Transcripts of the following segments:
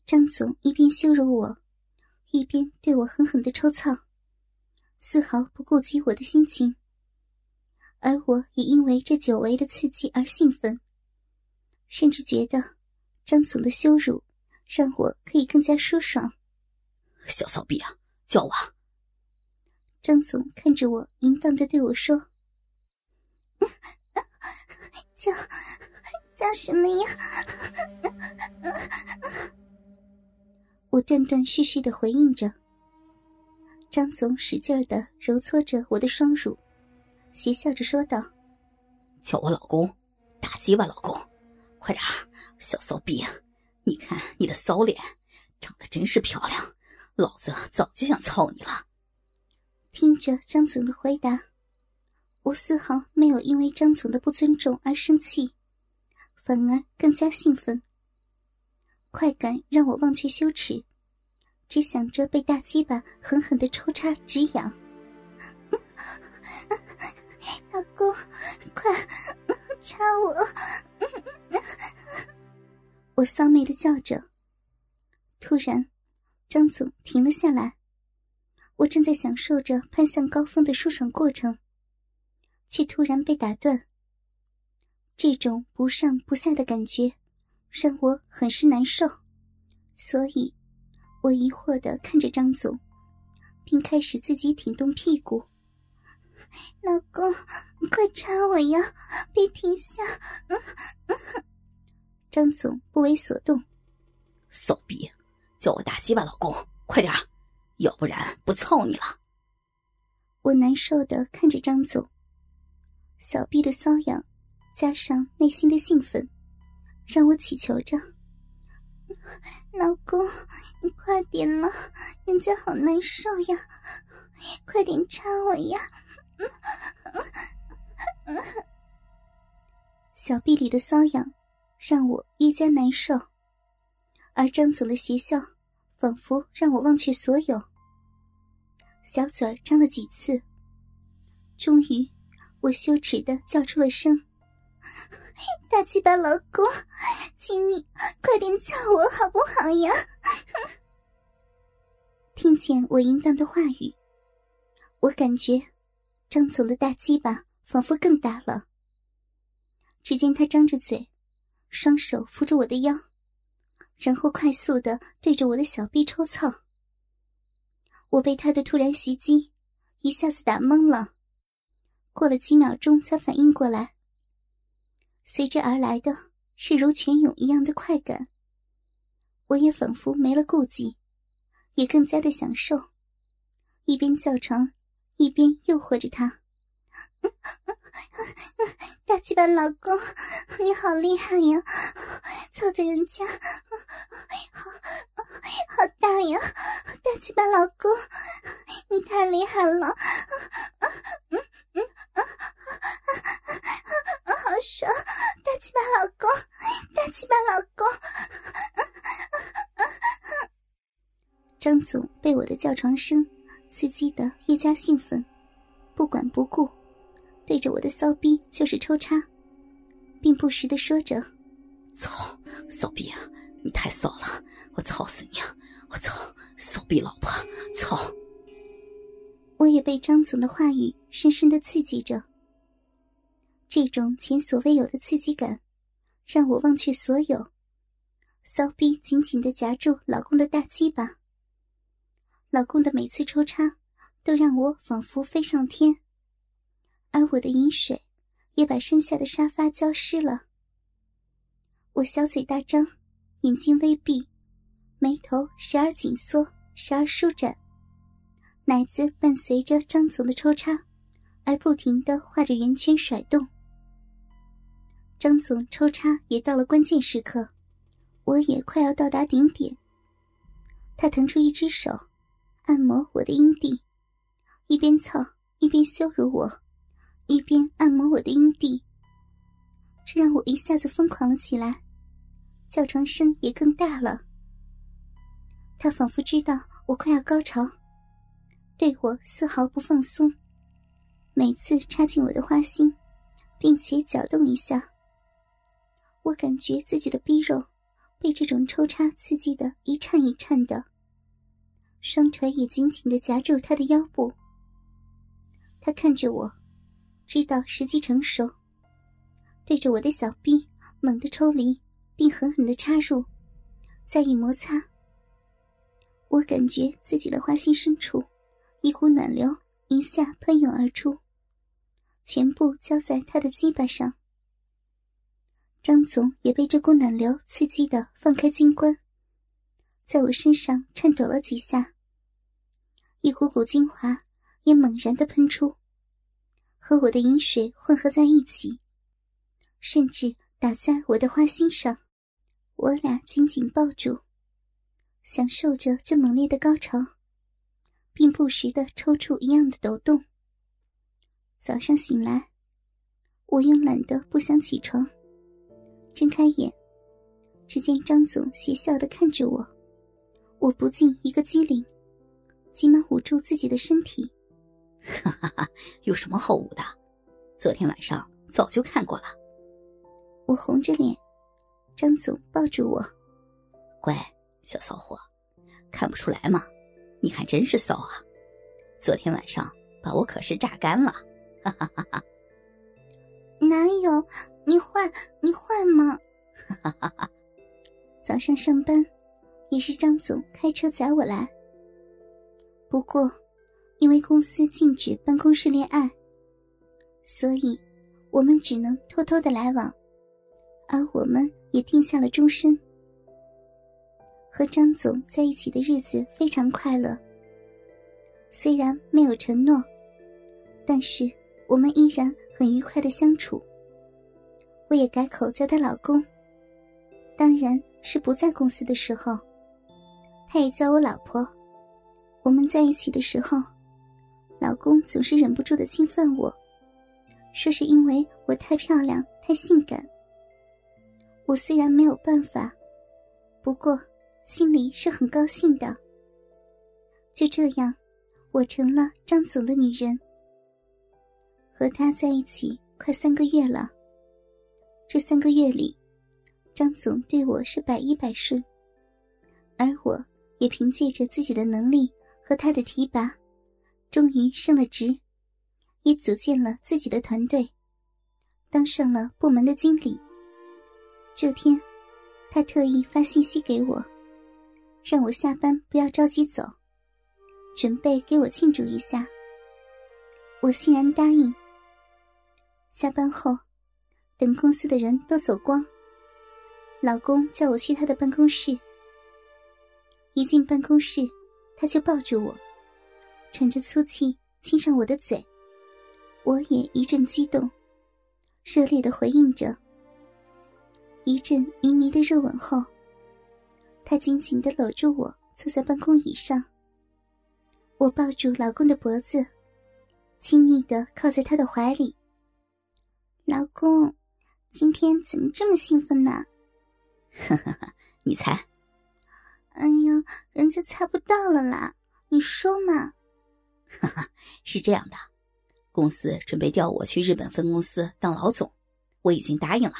张总一边羞辱我，一边对我狠狠地抽操，丝毫不顾及我的心情。而我也因为这久违的刺激而兴奋，甚至觉得张总的羞辱让我可以更加舒爽。 小骚逼啊，叫我啊！ 张总看着我淫荡地对我说：叫什么呀？我断断续续地回应着。张总使劲地揉搓着我的双乳，邪笑着说道： 叫我老公，大鸡巴老公，快点，小骚逼啊！你看你的骚脸，长得真是漂亮，老子早就想操你了。 听着张总的回答，我丝毫没有因为张总的不尊重而生气，反而更加兴奋。快感让我忘却羞耻，只想着被大鸡巴狠狠地抽插直痒。老公，快插我！我骚媚地叫着。突然，张总停了下来。我正在享受着攀向高峰的舒爽过程，却突然被打断。这种不上不下的感觉让我很是难受，所以我疑惑地看着张总，并开始自己挺动屁股。老公，快插我呀，别停下！张总不为所动。 骚逼，叫我大鸡巴老公，快点，要不然不操你了。 我难受地看着张总，小臂的瘙痒加上内心的兴奋，让我祈求着：老公，你快点了，人家好难受呀，快点插我呀！小臂里的瘙痒让我越加难受，而张总的邪笑仿佛让我忘却所有。小嘴儿张了几次，终于我羞耻地叫出了声：大鸡巴老公，请你快点叫我好不好呀？听见我淫荡的话语，我感觉张总的大鸡巴仿佛更大了。只见他张着嘴，双手扶着我的腰，然后快速地对着我的小臂抽操。我被他的突然袭击一下子打懵了，过了几秒钟才反应过来。随之而来的是如泉涌一样的快感，我也仿佛没了顾忌，也更加的享受，一边叫床一边诱惑着他。大鸡巴老公，你好厉害呀，操着人家好大呀，大鸡巴老公，你太厉害了，好爽，大鸡巴老公，大鸡巴老公。张总被我的叫床声刺激得越加兴奋，不管不顾，对着我的骚逼就是抽插，并不时地说着： 操，骚逼啊，你太骚了，我操死你啊，我操，骚逼老婆，操！ 我也被张总的话语深深地刺激着。这种前所未有的刺激感让我忘却所有，骚逼紧紧地夹住老公的大鸡巴。老公的每次抽插都让我仿佛飞上天，而我的饮水也把身下的沙发浇湿了。我小嘴大张，眼睛微闭，眉头时而紧缩，时而舒展，奶子伴随着张总的抽插而不停地画着圆圈甩动。张总抽插也到了关键时刻，我也快要到达顶点。他腾出一只手按摩我的阴蒂，一边操一边羞辱我，一边按摩我的阴蒂，这让我一下子疯狂了起来，叫床声也更大了。他仿佛知道我快要高潮，对我丝毫不放松，每次插进我的花心，并且搅动一下。我感觉自己的逼肉被这种抽插刺激得一颤一颤的，双腿也紧紧地夹住他的腰部。他看着我，知道时机成熟，对着我的小臂猛地抽离，并狠狠地插入，再一摩擦。我感觉自己的花心深处一股暖流一下喷涌而出，全部浇在他的鸡巴上。张总也被这股暖流刺激地放开金冠，在我身上颤抖了几下，一股股精华也猛然地喷出，和我的饮水混合在一起，甚至打在我的花心上。我俩紧紧抱住，享受着这猛烈的高潮，并不时地抽搐一样的抖动。早上醒来，我慵懒得不想起床，睁开眼，只见张总邪笑地看着我，我不禁一个机灵，急忙捂住自己的身体。 哈哈哈，有什么好捂的？昨天晚上早就看过了。 我红着脸，张总抱住我。 乖，小骚货，看不出来吗？你还真是骚啊！昨天晚上把我可是榨干了，哈哈哈哈。 哪有，你坏吗？ 哈哈哈。 早上上班也是张总开车载我来，不过因为公司禁止办公室恋爱，所以我们只能偷偷的来往，而我们也定下了终身。和张总在一起的日子非常快乐，虽然没有承诺，但是我们依然很愉快的相处。我也改口叫他老公，当然是不在公司的时候，他也叫我老婆。我们在一起的时候，老公总是忍不住的兴奋我，说是因为我太漂亮太性感。我虽然没有办法，不过心里是很高兴的。就这样，我成了张总的女人。和他在一起快3个月了，这3个月里，张总对我是百依百顺，而我也凭借着自己的能力和他的提拔，终于升了职，也组建了自己的团队，当上了部门的经理。这天，他特意发信息给我，让我下班不要着急走，准备给我庆祝一下。我欣然答应。下班后，等公司的人都走光，老公叫我去他的办公室。一进办公室，他就抱住我，喘着粗气亲上我的嘴，我也一阵激动，热烈地回应着。一阵迷迷的热吻后，他紧紧地搂住我，坐在办公椅上。我抱住老公的脖子，亲昵地靠在他的怀里。老公，今天怎么这么兴奋呢？ 呵呵呵，你猜？ 哎呀，人家猜不到了啦，你说嘛。 哈哈，是这样的，公司准备调我去日本分公司当老总，我已经答应了。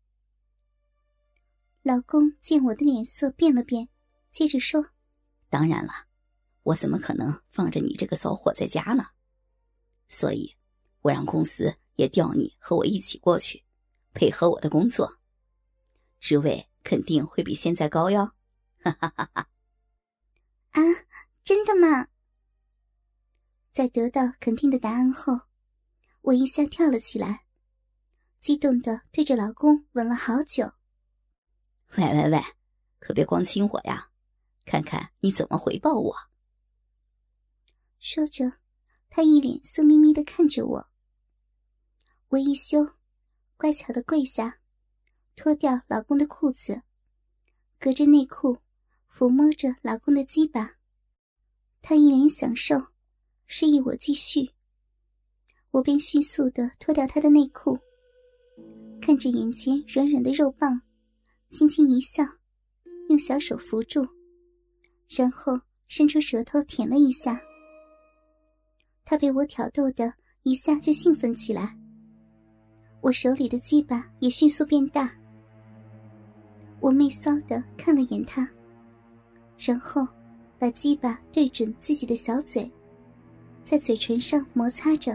老公见我的脸色变了变，接着说： 当然了，我怎么可能放着你这个骚货在家呢？所以我让公司也调你和我一起过去，配合我的工作，职位肯定会比现在高哟。哈哈哈哈。 啊，真的吗？在得到肯定的答案后，我一下跳了起来，激动地对着老公吻了好久。 喂喂喂，可别光亲我呀，看看你怎么回报我。 说着，他一脸色眯眯地看着我。我一羞，乖巧地跪下，脱掉老公的裤子，隔着内裤抚摸着老公的鸡巴。他一脸享受，示意我继续。我便迅速地脱掉他的内裤，看着眼前软软的肉棒，轻轻一笑，用小手扶住，然后伸出舌头舔了一下。他被我挑逗的一下就兴奋起来，我手里的鸡巴也迅速变大。 我媚骚地看了眼他，然后把鸡巴对准自己的小嘴，在嘴唇上摩擦着。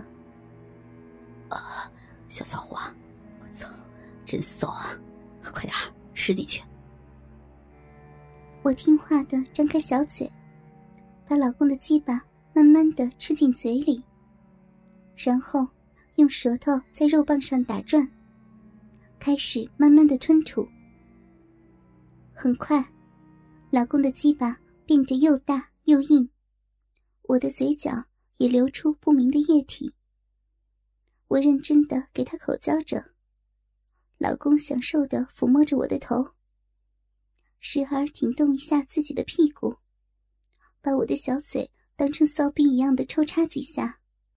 小骚货，我操，真骚啊！快点吃进去。 我听话地张开小嘴，把老公的鸡巴慢慢地吃进嘴里，然后用舌头在肉棒上打转，开始慢慢地吞吐。很快，老公的鸡巴变得又大又硬，我的嘴角也流出不明的液体。我认真地给他口交着，老公享受地抚摸着我的头，时而挺动一下自己的屁股，把我的小嘴当成骚逼一样的抽插几下。